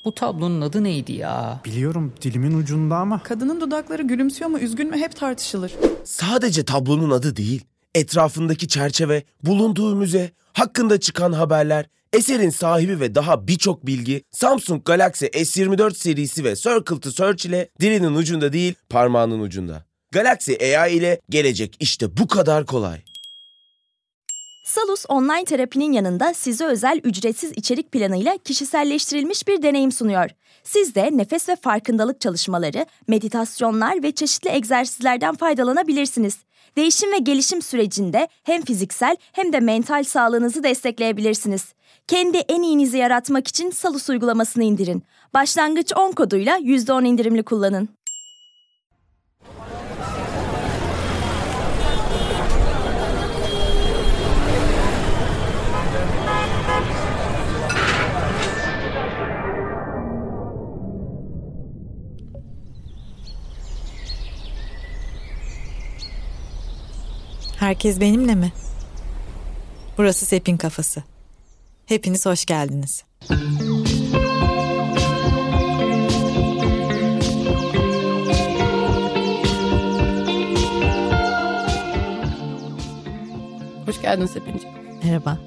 Bu tablonun adı neydi ya? Biliyorum, dilimin ucunda ama. Kadının dudakları gülümsüyor mu, üzgün mü hep tartışılır. Sadece tablonun adı değil, etrafındaki çerçeve, bulunduğu müze, hakkında çıkan haberler, eserin sahibi ve daha birçok bilgi Samsung Galaxy S24 serisi ve Circle to Search ile dilinin ucunda değil, parmağının ucunda. Galaxy AI ile gelecek işte bu kadar kolay. Salus online terapinin yanında size özel ücretsiz içerik planıyla kişiselleştirilmiş bir deneyim sunuyor. Siz de nefes ve farkındalık çalışmaları, meditasyonlar ve çeşitli egzersizlerden faydalanabilirsiniz. Değişim ve gelişim sürecinde hem fiziksel hem de mental sağlığınızı destekleyebilirsiniz. Kendi en iyinizi yaratmak için Salus uygulamasını indirin. Başlangıç 10 koduyla %10 indirimli kullanın. Herkes benimle mi? Burası Sepin Kafası. Hepiniz hoş geldiniz. Hoş geldin Sepinci. Merhaba.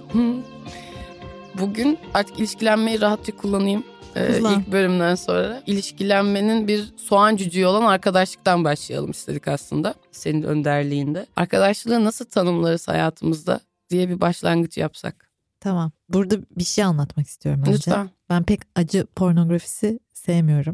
Bugün artık ilişkilenmeyi rahatça kullanayım. İlk bölümden sonra ilişkilenmenin bir soğan cücüğü olan arkadaşlıktan başlayalım istedik aslında. Senin önderliğinde. Arkadaşlığı nasıl tanımlarız hayatımızda diye bir başlangıç yapsak. Tamam. Burada bir şey anlatmak istiyorum önce. Lütfen. Ben pek acı pornografisi sevmiyorum.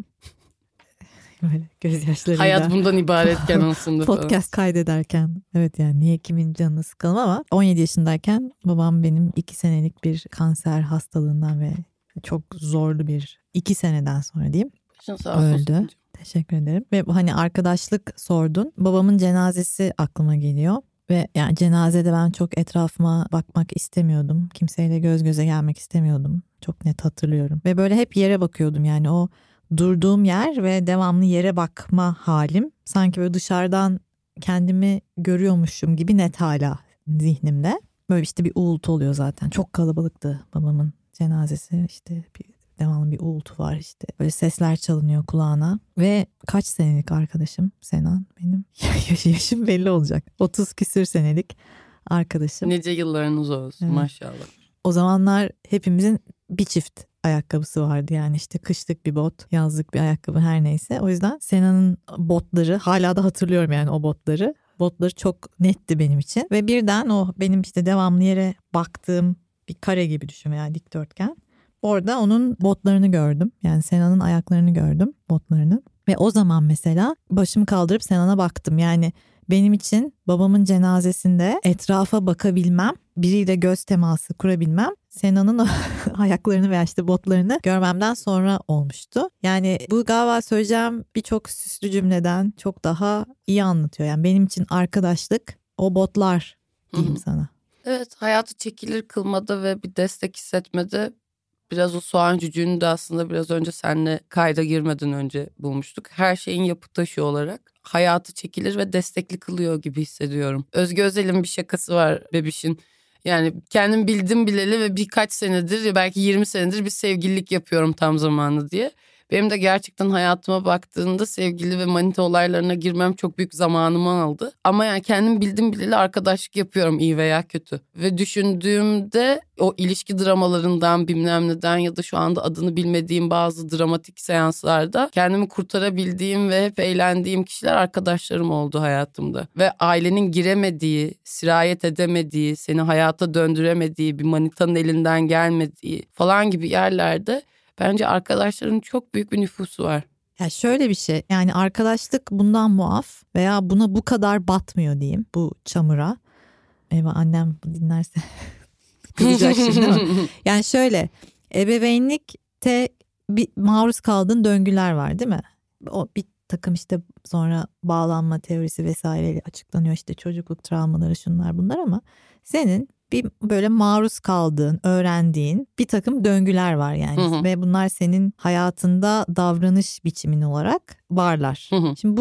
Böyle gözyaşlarıyla. Hayat bundan ibaretken aslında falan. Podcast kaydederken. Evet, yani niye kimin canını sıkalım, ama 17 yaşındayken babam benim 2 senelik bir kanser hastalığından ve çok zorlu bir 2 seneden sonra diyeyim öldü. Teşekkür ederim. Ve hani arkadaşlık sordun. Babamın cenazesi aklıma geliyor. Ve yani cenazede ben çok etrafıma bakmak istemiyordum. Kimseyle göz göze gelmek istemiyordum. Çok net hatırlıyorum. Ve böyle hep yere bakıyordum, yani o durduğum yer ve devamlı yere bakma halim. Sanki böyle dışarıdan kendimi görüyormuşum gibi net hala zihnimde. Böyle işte bir uğultu oluyor zaten. Çok kalabalıktı babamın cenazesi, işte devamlı bir uğultu var, işte böyle sesler çalınıyor kulağına. Ve kaç senelik arkadaşım Senan benim. Yaşım belli olacak. 30 küsür senelik arkadaşım. Nice yıllarınız olsun, evet. Maşallah. O zamanlar hepimizin bir çift ayakkabısı vardı, yani işte kışlık bir bot, yazlık bir ayakkabı, her neyse. O yüzden Sena'nın botları, hala da hatırlıyorum yani o botları. Botları çok netti benim için. Ve birden o benim işte devamlı yere baktığım bir kare gibi düşün veya dikdörtgen. Orada onun botlarını gördüm. Yani Sena'nın ayaklarını gördüm, botlarını. Ve o zaman mesela başımı kaldırıp Sena'na baktım. Yani benim için babamın cenazesinde etrafa bakabilmem, biriyle göz teması kurabilmem, Sena'nın ayaklarını veya işte botlarını görmemden sonra olmuştu. Yani bu galiba söyleyeceğim birçok süslü cümleden çok daha iyi anlatıyor. Yani benim için arkadaşlık o botlar diyeyim sana. Evet, hayatı çekilir kılmada ve bir destek hissetmede biraz o soğan cücüğünü de aslında biraz önce seninle kayda girmeden önce bulmuştuk. Her şeyin yapı taşı olarak hayatı çekilir ve destekli kılıyor gibi hissediyorum. Özge Özel'in bir şakası var bebişin. Yani kendim bildim bileli ve birkaç senedir, belki 20 senedir bir sevgililik yapıyorum tam zamanlı diye. Benim de gerçekten hayatıma baktığında sevgili ve manita olaylarına girmem çok büyük zamanımı aldı. Ama yani kendim bildim bileli arkadaşlık yapıyorum, iyi veya kötü. Ve düşündüğümde o ilişki dramalarından, bilmem neden ya da şu anda adını bilmediğim bazı dramatik seanslarda kendimi kurtarabildiğim ve hep eğlendiğim kişiler arkadaşlarım oldu hayatımda. Ve ailenin giremediği, sirayet edemediği, seni hayata döndüremediği, bir manitanın elinden gelmediği falan gibi yerlerde bence arkadaşların çok büyük bir nüfusu var. Ya şöyle bir şey, yani arkadaşlık bundan muaf veya buna bu kadar batmıyor diyeyim, bu çamura. Eyvah, annem dinlerse kızacak şimdi ama. Yani şöyle, ebeveynlikte bir maruz kaldığın döngüler var değil mi? O bir takım işte sonra bağlanma teorisi vesaireyle açıklanıyor, işte çocukluk travmaları, şunlar bunlar, ama senin bir böyle maruz kaldığın, öğrendiğin bir takım döngüler var yani. Ve bunlar senin hayatında davranış biçimin olarak varlar. Şimdi bu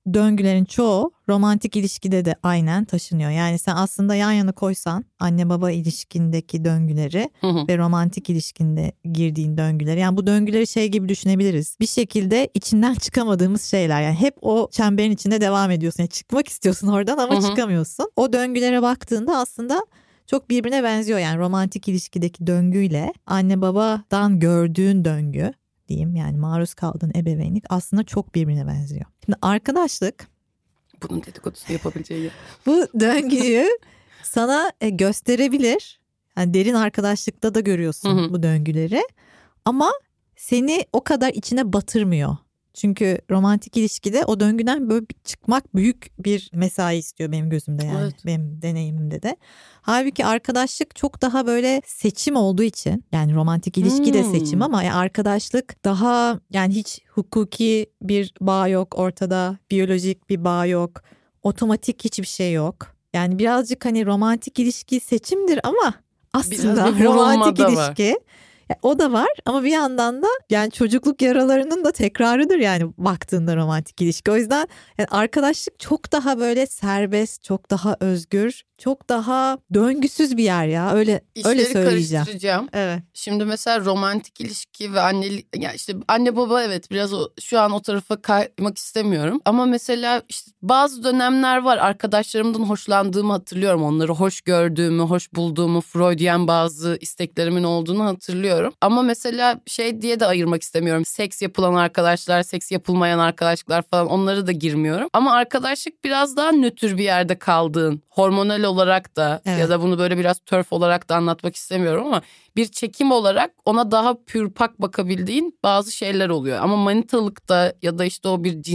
döngülerin çoğu romantik ilişkide de aynen taşınıyor. Yani sen aslında yan yana koysan anne baba ilişkindeki döngüleri ve romantik ilişkinde girdiğin döngüleri. Yani bu döngüleri şey gibi düşünebiliriz. Bir şekilde içinden çıkamadığımız şeyler. Yani hep o çemberin içinde devam ediyorsun. Yani çıkmak istiyorsun oradan ama çıkamıyorsun. O döngülere baktığında aslında çok birbirine benziyor. Yani romantik ilişkideki döngüyle anne babadan gördüğün döngü diyeyim, yani maruz kaldığın ebeveynlik aslında çok birbirine benziyor. Şimdi arkadaşlık, bunun dedikodusunu yapabileceği bu döngüyü sana gösterebilir. Yani derin arkadaşlıkta da görüyorsun bu döngüleri ama seni o kadar içine batırmıyor. Çünkü romantik ilişkide o döngüden böyle çıkmak büyük bir mesai istiyor benim gözümde, yani evet. Benim deneyimimde de. Halbuki arkadaşlık çok daha böyle seçim olduğu için, yani romantik ilişki de seçim ama arkadaşlık daha, yani hiç hukuki bir bağ yok ortada, biyolojik bir bağ yok, otomatik hiçbir şey yok. Yani birazcık hani romantik ilişki seçimdir ama aslında romantik ilişki o da var ama bir yandan da yani çocukluk yaralarının da tekrarıdır yani baktığında romantik ilişki. O yüzden yani arkadaşlık çok daha böyle serbest, çok daha özgür, çok daha döngüsüz bir yer ya. Öyle söyleyeceğim. Karıştıracağım. Evet. Şimdi mesela romantik ilişki ve annelik, yani işte anne baba, evet biraz şu an o tarafa kaymak istemiyorum. Ama mesela işte bazı dönemler var, arkadaşlarımdan hoşlandığımı hatırlıyorum. Onları hoş gördüğümü, hoş bulduğumu, Freudian bazı isteklerimin olduğunu hatırlıyorum. Ama mesela şey diye de ayırmak istemiyorum. Seks yapılan arkadaşlar, seks yapılmayan arkadaşlıklar falan, onları da girmiyorum. Ama arkadaşlık biraz daha nötr bir yerde kaldığın, hormonal olarak da ya da bunu böyle biraz törf olarak da anlatmak istemiyorum ama bir çekim olarak ona daha pürpak bakabildiğin bazı şeyler oluyor. Ama manitalıkta ya da işte o bir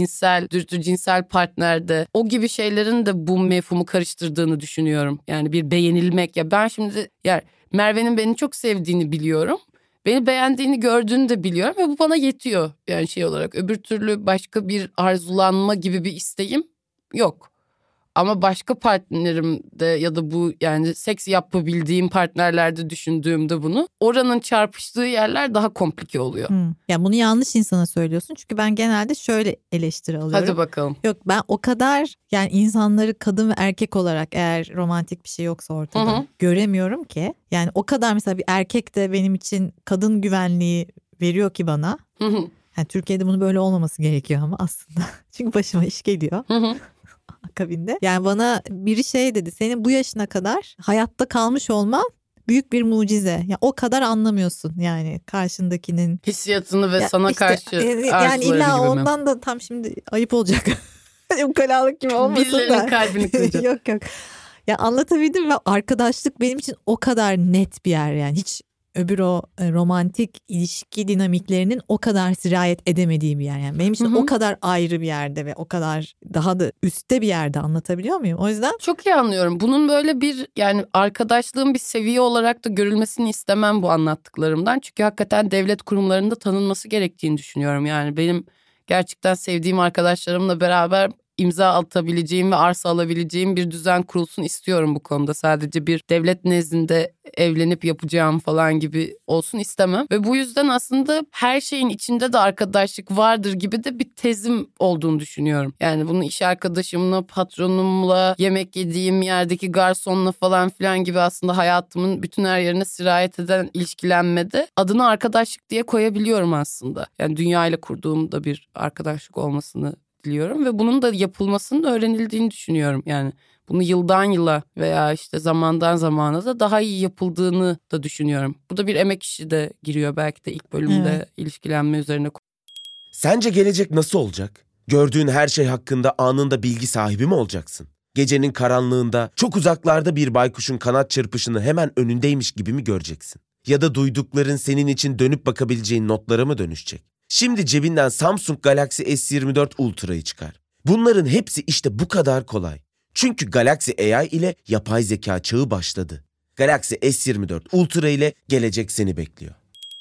cinsel partnerde o gibi şeylerin de bu mefhumu karıştırdığını düşünüyorum. Yani bir beğenilmek, ya ben şimdi yani Merve'nin beni çok sevdiğini biliyorum. Beni beğendiğini gördüğünü de biliyorum ve bu bana yetiyor yani şey olarak. Öbür türlü başka bir arzulanma gibi bir isteğim yok. Ama başka partnerimde ya da bu yani seks yapabildiğim partnerlerde düşündüğümde bunu, oranın çarpıştığı yerler daha komplike oluyor. Yani bunu yanlış insana söylüyorsun çünkü ben genelde şöyle eleştiri alıyorum. Hadi bakalım. Yok, ben o kadar yani insanları kadın ve erkek olarak, eğer romantik bir şey yoksa ortada göremiyorum ki. Yani o kadar mesela bir erkek de benim için kadın güvenliği veriyor ki bana. Yani Türkiye'de bunu böyle olmaması gerekiyor ama aslında. Çünkü başıma iş geliyor. Akabinde. Yani bana biri şey dedi, senin bu yaşına kadar hayatta kalmış olman büyük bir mucize. Ya o kadar anlamıyorsun yani karşındakinin hissiyatını ve sana işte, karşı yani illa ondan da tam şimdi ayıp olacak. Ukalalık gibi olmasın da. Birilerinin kalbini kıracak. Yok. Ya anlatabildim ve arkadaşlık benim için o kadar net bir yer yani. Hiç öbür o romantik ilişki dinamiklerinin o kadar sirayet edemediği bir yer. Yani benim için o kadar ayrı bir yerde ve o kadar daha da üstte bir yerde, anlatabiliyor muyum? O yüzden çok iyi anlıyorum. Bunun böyle bir yani arkadaşlığın bir seviye olarak da görülmesini istemem bu anlattıklarımdan. Çünkü hakikaten devlet kurumlarında tanınması gerektiğini düşünüyorum. Yani benim gerçekten sevdiğim arkadaşlarımla beraber imza atabileceğim ve arsa alabileceğim bir düzen kurulsun istiyorum bu konuda. Sadece bir devlet nezdinde evlenip yapacağım falan gibi olsun istemem. Ve bu yüzden aslında her şeyin içinde de arkadaşlık vardır gibi de bir tezim olduğunu düşünüyorum. Yani bunu iş arkadaşımla, patronumla, yemek yediğim yerdeki garsonla falan filan gibi aslında hayatımın bütün her yerine sirayet eden ilişkilenmede adını arkadaşlık diye koyabiliyorum aslında. Yani dünyayla kurduğum da bir arkadaşlık olmasını diliyorum ve bunun da yapılmasının öğrenildiğini düşünüyorum. Yani bunu yıldan yıla veya işte zamandan zamana da daha iyi yapıldığını da düşünüyorum. Bu da bir emek işi de giriyor belki de ilk bölümde ilişkilenme üzerine. Sence gelecek nasıl olacak? Gördüğün her şey hakkında anında bilgi sahibi mi olacaksın? Gecenin karanlığında çok uzaklarda bir baykuşun kanat çırpışını hemen önündeymiş gibi mi göreceksin? Ya da duydukların senin için dönüp bakabileceğin notlara mı dönüşecek? Şimdi cebinden Samsung Galaxy S24 Ultra'yı çıkar. Bunların hepsi işte bu kadar kolay. Çünkü Galaxy AI ile yapay zeka çağı başladı. Galaxy S24 Ultra ile gelecek seni bekliyor.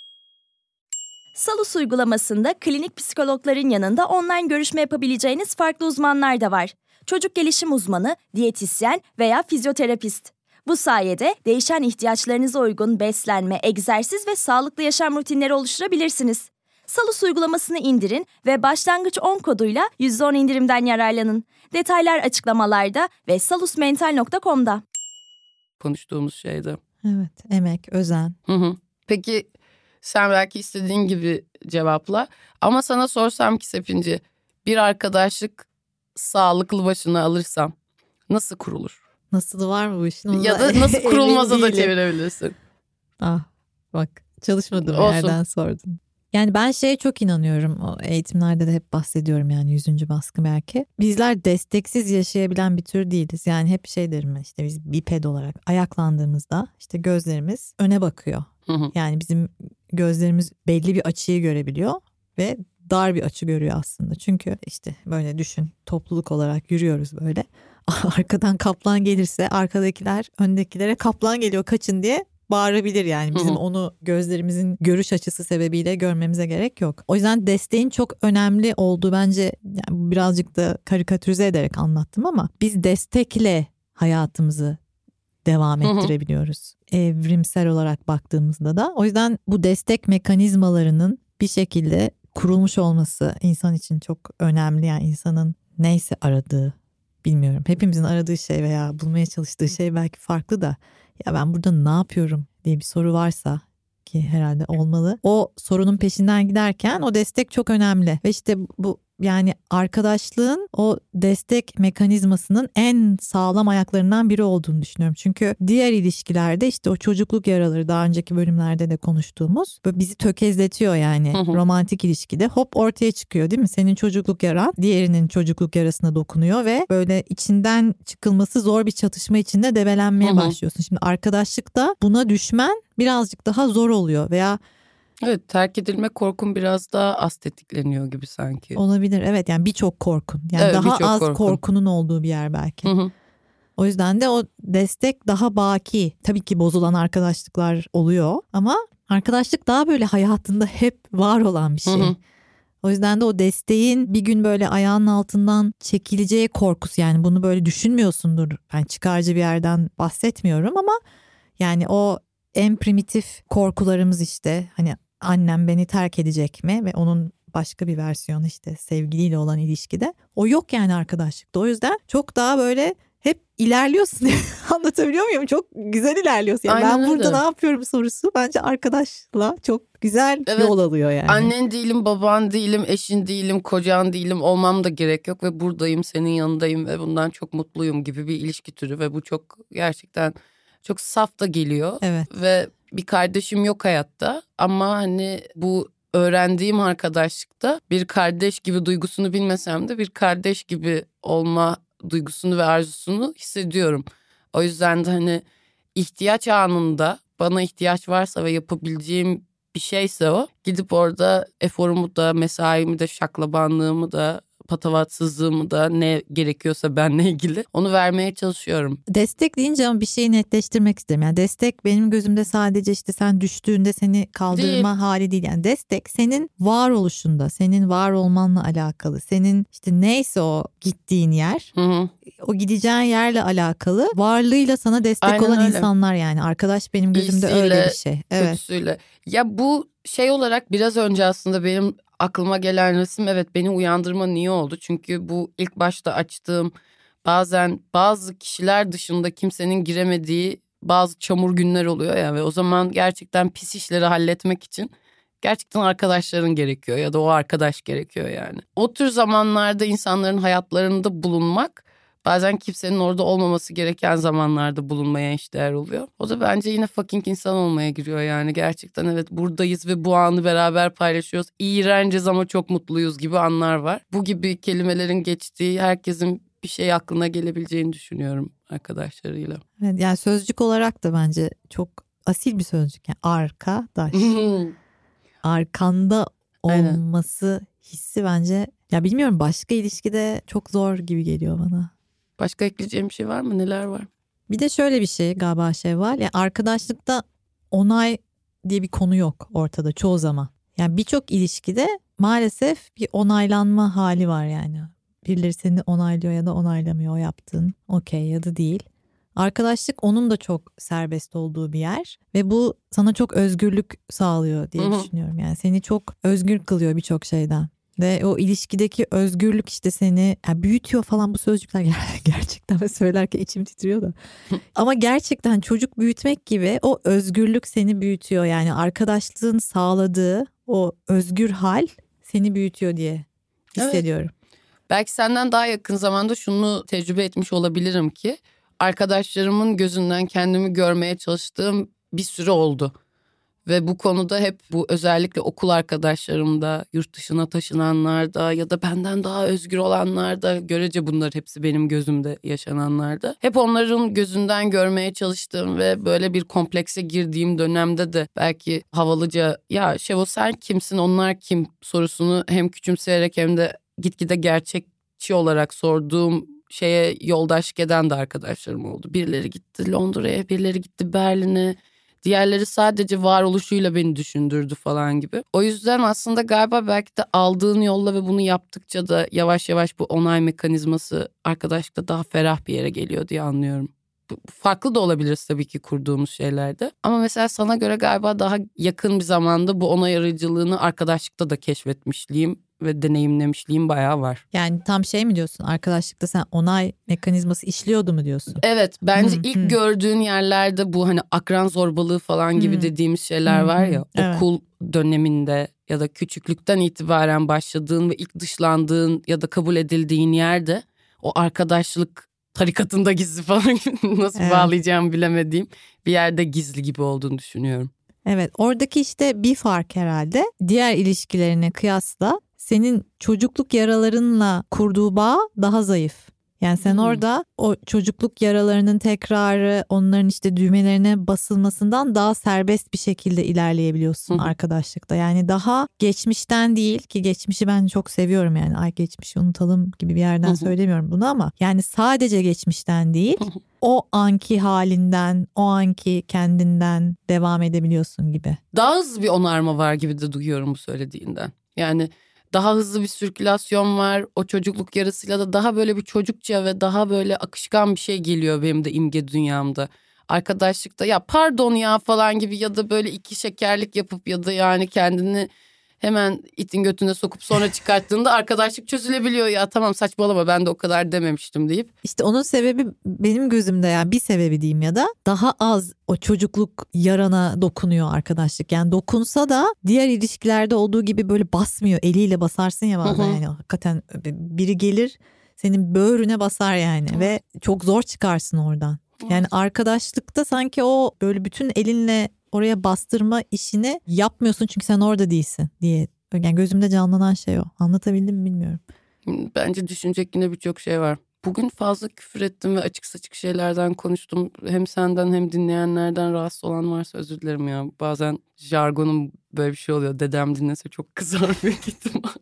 Salus uygulamasında klinik psikologların yanında online görüşme yapabileceğiniz farklı uzmanlar da var. Çocuk gelişim uzmanı, diyetisyen veya fizyoterapist. Bu sayede değişen ihtiyaçlarınıza uygun beslenme, egzersiz ve sağlıklı yaşam rutinleri oluşturabilirsiniz. Salus uygulamasını indirin ve başlangıç 10 koduyla %10 indirimden yararlanın. Detaylar açıklamalarda ve salusmental.com'da. Konuştuğumuz şeyde. Evet, emek, özen. Peki sen belki istediğin gibi cevapla. Ama sana sorsam ki Sepinci, bir arkadaşlık sağlıklı başına alırsam nasıl kurulur? Nasıl var mı bu işin? Ya da nasıl kurulmaza Emin da değilim. çevirebilirsin. Bak çalışmadığım Olsun. yerden sordun. Yani ben şeye çok inanıyorum. O eğitimlerde de hep bahsediyorum yani 100. baskı belki. Bizler desteksiz yaşayabilen bir tür değiliz. Yani hep şey derim ben, işte biz biped olarak ayaklandığımızda işte gözlerimiz öne bakıyor. Yani bizim gözlerimiz belli bir açıyı görebiliyor ve dar bir açı görüyor aslında. Çünkü işte böyle düşün, topluluk olarak yürüyoruz böyle. Arkadan kaplan gelirse arkadakiler öndekilere kaplan geliyor kaçın diye bağırabilir yani. Bizim onu gözlerimizin görüş açısı sebebiyle görmemize gerek yok. O yüzden desteğin çok önemli olduğu bence, yani birazcık da karikatürize ederek anlattım ama biz destekle hayatımızı devam ettirebiliyoruz. Evrimsel olarak baktığımızda da. O yüzden bu destek mekanizmalarının bir şekilde kurulmuş olması insan için çok önemli. Yani insanın neyse aradığı, bilmiyorum. Hepimizin aradığı şey veya bulmaya çalıştığı şey belki farklı da, ya ben burada ne yapıyorum diye bir soru varsa, ki herhalde olmalı. O sorunun peşinden giderken o destek çok önemli. Ve işte bu, yani arkadaşlığın o destek mekanizmasının en sağlam ayaklarından biri olduğunu düşünüyorum. Çünkü diğer ilişkilerde işte o çocukluk yaraları, daha önceki bölümlerde de konuştuğumuz, böyle bizi tökezletiyor yani. Romantik ilişkide hop ortaya çıkıyor değil mi? Senin çocukluk yaran diğerinin çocukluk yarasına dokunuyor ve böyle içinden çıkılması zor bir çatışma içinde debelenmeye başlıyorsun. Şimdi arkadaşlıkta buna düşmen birazcık daha zor oluyor veya evet, terk edilme korkun biraz daha az tetikleniyor gibi sanki. olabilir, evet, yani birçok korkun, yani evet, daha az korkun. korkunun olduğu bir yer belki. O yüzden de o destek daha baki. Tabii ki bozulan arkadaşlıklar oluyor ama arkadaşlık daha böyle hayatında hep var olan bir şey. O yüzden de o desteğin bir gün böyle ayağının altından çekileceği korkusu, yani bunu böyle düşünmüyorsundur. Yani çıkarcı bir yerden bahsetmiyorum ama yani o en primitif korkularımız, işte hani annem beni terk edecek mi ve onun başka bir versiyonu işte sevgiliyle olan ilişkide, o yok yani arkadaşlıkta. O yüzden çok daha böyle hep ilerliyorsun. Anlatabiliyor muyum? Çok güzel ilerliyorsun. Yani ben burada ne yapıyorum sorusu bence arkadaşla çok güzel yol alıyor yani. Annen değilim, baban değilim, eşin değilim, kocan değilim, olmam da gerek yok ve buradayım, senin yanındayım ve bundan çok mutluyum gibi bir ilişki türü ve bu çok gerçekten çok saf da geliyor. Evet. Ve bir kardeşim yok hayatta ama hani bu öğrendiğim arkadaşlıkta bir kardeş gibi duygusunu bilmesem de bir kardeş gibi olma duygusunu ve arzusunu hissediyorum. O yüzden de hani ihtiyaç anında bana ihtiyaç varsa ve yapabileceğim bir şeyse o, gidip orada eforumu da, mesaimi de, şaklabanlığımı da, patavatsızlığımı da, ne gerekiyorsa benle ilgili onu vermeye çalışıyorum. Destek deyince ama bir şeyi netleştirmek isterim. Yani destek benim gözümde sadece işte sen düştüğünde seni kaldırma hali değil. Yani destek senin varoluşunda, senin var olmanla alakalı. Senin işte neyse o gittiğin yer, o gideceğin yerle alakalı, varlığıyla sana destek olan insanlar yani. Arkadaş benim gözümde öyle bir şey. Evet. Kötüsüyle. Ya bu şey olarak biraz önce aslında benim aklıma gelen resim, evet, beni uyandırma niye oldu? Çünkü bu ilk başta açtığım, bazen bazı kişiler dışında kimsenin giremediği bazı çamur günler oluyor ya ve o zaman gerçekten pis işleri halletmek için gerçekten arkadaşların gerekiyor ya da o arkadaş gerekiyor yani. O tür zamanlarda insanların hayatlarında bulunmak bazen kimsenin orada olmaması gereken zamanlarda bulunmaya eşdeğer oluyor. O da bence yine fucking insan olmaya giriyor yani. Gerçekten evet, buradayız ve bu anı beraber paylaşıyoruz. İğrenciz ama çok mutluyuz gibi anlar var. Bu gibi kelimelerin geçtiği, herkesin bir şey aklına gelebileceğini düşünüyorum arkadaşlarıyla. Evet, yani sözcük olarak da bence çok asil bir sözcük. Yani arkadaş. Arkanda olması hissi bence, ya bilmiyorum, başka ilişkide çok zor gibi geliyor bana. Başka ekleyeceğim bir şey var mı? Neler var? Bir de şöyle bir şey galiba var. Yani arkadaşlıkta onay diye bir konu yok ortada çoğu zaman. Yani birçok ilişkide maalesef bir onaylanma hali var yani. Birileri seni onaylıyor ya da onaylamıyor, o yaptığın okey ya da değil. arkadaşlık onun da çok serbest olduğu bir yer ve bu sana çok özgürlük sağlıyor diye düşünüyorum. Yani seni çok özgür kılıyor birçok şeyden. Ve o ilişkideki özgürlük işte seni büyütüyor falan, bu sözcükler gerçekten söylerken içim titriyor da. Ama gerçekten çocuk büyütmek gibi o özgürlük seni büyütüyor. Yani arkadaşlığın sağladığı o özgür hal seni büyütüyor diye hissediyorum. Evet. Belki senden daha yakın zamanda şunu tecrübe etmiş olabilirim ki arkadaşlarımın gözünden kendimi görmeye çalıştığım bir süre oldu. Ve bu konuda hep bu özellikle okul arkadaşlarımda, yurt dışına taşınanlarda ya da benden daha özgür olanlarda, görece bunlar hepsi benim gözümde yaşananlarda. Hep onların gözünden görmeye çalıştığım ve böyle bir komplekse girdiğim dönemde de belki havalıca ya Şevo sen kimsin, onlar kim sorusunu hem küçümseyerek hem de gitgide gerçekçi olarak sorduğum şeye yoldaşlık eden de arkadaşlarım oldu. Birileri gitti Londra'ya, birileri gitti Berlin'e. Diğerleri sadece varoluşuyla beni düşündürdü falan gibi. O yüzden aslında galiba belki de aldığın yolla ve bunu yaptıkça da yavaş yavaş bu onay mekanizması arkadaşlıkta daha ferah bir yere geliyor diye anlıyorum. Farklı da olabiliriz tabii ki kurduğumuz şeylerde. Ama mesela sana göre galiba daha yakın bir zamanda bu onay aracılığını arkadaşlıkta da keşfetmişliğim ve deneyimlemişliğim bayağı var. Yani tam şey mi diyorsun, arkadaşlıkta sen onay mekanizması işliyordu mu diyorsun? Evet, bence ilk gördüğün yerlerde bu hani akran zorbalığı falan gibi dediğimiz şeyler var ya, okul döneminde ya da küçüklükten itibaren başladığın ve ilk dışlandığın ya da kabul edildiğin yerde o arkadaşlık tarikatında gizli falan nasıl bağlayacağımı bilemediğim bir yerde gizli gibi olduğunu düşünüyorum. Evet, oradaki işte bir fark herhalde diğer ilişkilerine kıyasla senin çocukluk yaralarınla kurduğu bağ daha zayıf. Yani sen orada o çocukluk yaralarının tekrarı, onların işte düğmelerine basılmasından daha serbest bir şekilde ilerleyebiliyorsun arkadaşlıkta. Yani daha geçmişten değil ki, geçmişi ben çok seviyorum yani, ay geçmişi unutalım gibi bir yerden söylemiyorum bunu, ama yani sadece geçmişten değil o anki halinden, o anki kendinden devam edebiliyorsun gibi. Daha hızlı bir onarma var gibi de duyuyorum bu söylediğinden. Yani daha hızlı bir sirkülasyon var. O çocukluk yarasıyla da daha böyle bir çocukça ve daha böyle akışkan bir şey geliyor benim de imge dünyamda. Arkadaşlıkta ya pardon ya falan gibi ya da böyle iki şekerlik yapıp ya da yani kendini hemen itin götüne sokup sonra çıkarttığında arkadaşlık çözülebiliyor. Ya tamam saçmalama, ben de o kadar dememiştim deyip. İşte onun sebebi benim gözümde, yani bir sebebi diyeyim, ya da daha az o çocukluk yarana dokunuyor arkadaşlık. Yani dokunsa da diğer ilişkilerde olduğu gibi böyle basmıyor, eliyle basarsın ya bazen. Yani hakikaten biri gelir senin böğrüne basar yani ve çok zor çıkarsın oradan. Yani arkadaşlıkta sanki o böyle bütün elinle oraya bastırma işini yapmıyorsun çünkü sen orada değilsin diye. Yani gözümde canlanan şey o. Anlatabildim mi bilmiyorum. Bence düşünecek yine birçok şey var. Bugün fazla küfür ettim ve açık saçık şeylerden konuştum. Hem senden hem dinleyenlerden rahatsız olan varsa özür dilerim ya. Bazen jargonum böyle bir şey oluyor. Dedem dinlese çok kızar büyük ihtimalle.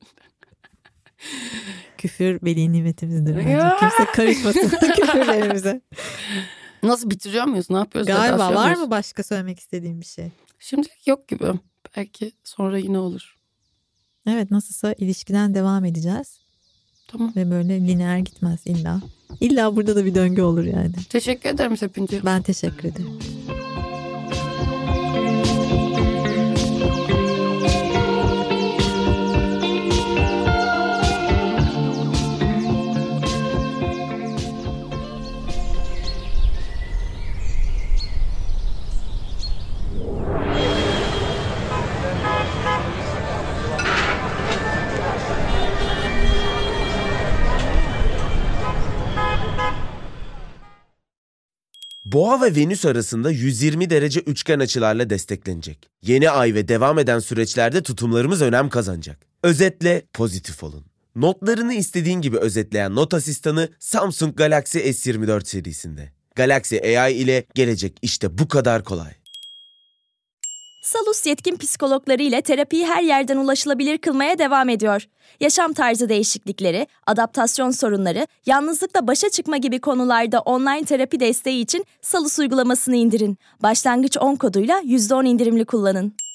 Küfür veli nimetimizdir bence. Kimse karışmasın küfürlerimize. Nasıl, bitiriyor muyuz? Ne yapıyoruz? Galiba var mı başka söylemek istediğim bir şey? Şimdilik yok gibi. Belki sonra yine olur. Evet, nasılsa ilişkiden devam edeceğiz. Tamam. Ve böyle lineer gitmez illa. İlla burada da bir döngü olur yani. Teşekkür ederim Sepinci. Ben teşekkür ederim. Boğa ve Venüs arasında 120 derece üçgen açılarla desteklenecek. Yeni ay ve devam eden süreçlerde tutumlarımız önem kazanacak. Özetle pozitif olun. Notlarını istediğin gibi özetleyen not asistanı Samsung Galaxy S24 serisinde. Galaxy AI ile gelecek işte bu kadar kolay. Salus yetkin psikologları ile terapiyi her yerden ulaşılabilir kılmaya devam ediyor. Yaşam tarzı değişiklikleri, adaptasyon sorunları, yalnızlıkla başa çıkma gibi konularda online terapi desteği için Salus uygulamasını indirin. Başlangıç 10 koduyla %10 indirimli kullanın.